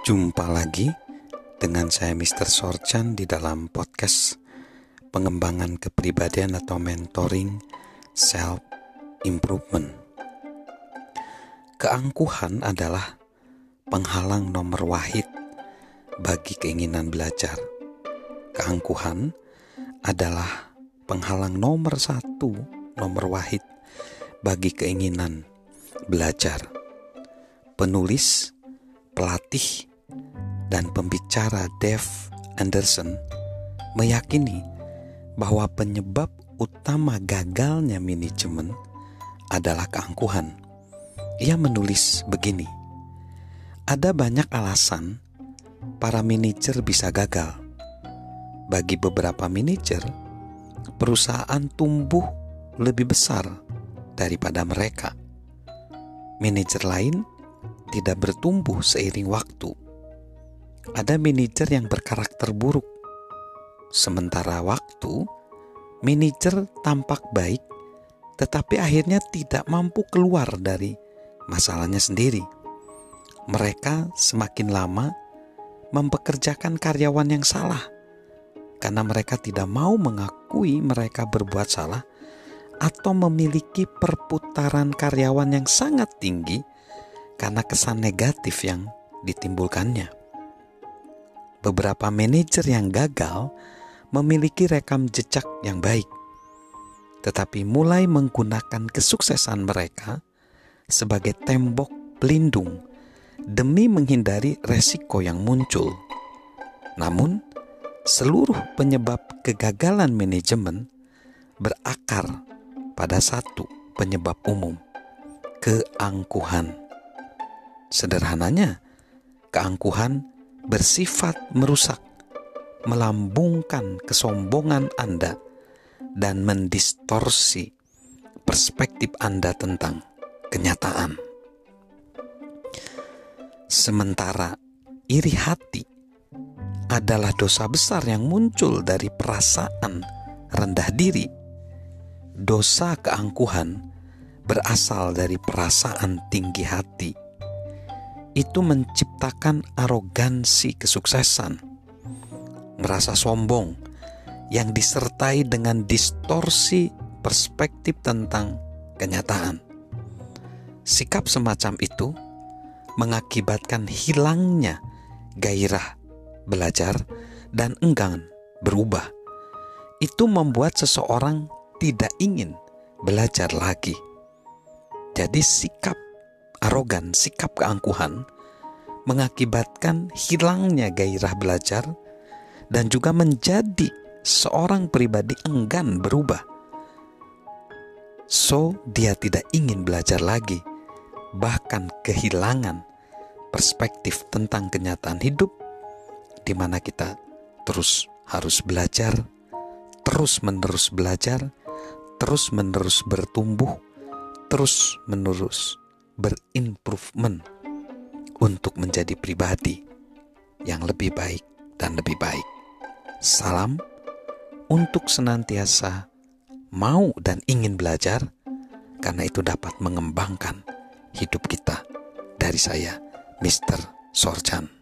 Jumpa lagi dengan saya Mr. Sorchan di dalam podcast pengembangan kepribadian atau mentoring self improvement. Keangkuhan adalah penghalang nomor wahid bagi keinginan belajar. Keangkuhan adalah penghalang nomor wahid bagi keinginan belajar. Penulis, pelatih, dan pembicara Dave Anderson meyakini bahwa penyebab utama gagalnya manajemen adalah keangkuhan. Ia menulis begini, ada banyak alasan para manajer bisa gagal. Bagi beberapa manajer, perusahaan tumbuh lebih besar daripada mereka. Manajer lain tidak bertumbuh seiring waktu. Ada manajer yang berkarakter buruk. Sementara waktu, manajer tampak baik, tetapi akhirnya tidak mampu keluar dari masalahnya sendiri. Mereka semakin lama mempekerjakan karyawan yang salah, karena mereka tidak mau mengakui mereka berbuat salah atau memiliki perputaran karyawan yang sangat tinggi karena kesan negatif yang ditimbulkannya. Beberapa manajer yang gagal memiliki rekam jejak yang baik, tetapi mulai menggunakan kesuksesan mereka sebagai tembok pelindung demi menghindari resiko yang muncul. Namun, seluruh penyebab kegagalan manajemen berakar pada satu penyebab umum, keangkuhan. Sederhananya, keangkuhan bersifat merusak, melambungkan kesombongan Anda, dan mendistorsi perspektif Anda tentang kenyataan. Sementara iri hati adalah dosa besar yang muncul dari perasaan rendah diri, dosa keangkuhan berasal dari perasaan tinggi hati. Itu menciptakan arogansi kesuksesan, merasa sombong yang disertai dengan distorsi perspektif tentang kenyataan. Sikap semacam itu mengakibatkan hilangnya gairah belajar dan enggan berubah. Itu membuat seseorang tidak ingin belajar lagi. Jadi sikap arogan, sikap keangkuhan mengakibatkan hilangnya gairah belajar dan juga menjadi seorang pribadi enggan berubah. So, dia tidak ingin belajar lagi, bahkan kehilangan perspektif tentang kenyataan hidup, di mana kita terus harus belajar, terus-menerus belajar, terus-menerus bertumbuh, terus-menerus berimprovement untuk menjadi pribadi yang lebih baik dan lebih baik. Salam untuk senantiasa mau dan ingin belajar, karena itu dapat mengembangkan hidup kita. Dari saya, Mr. Sorchan.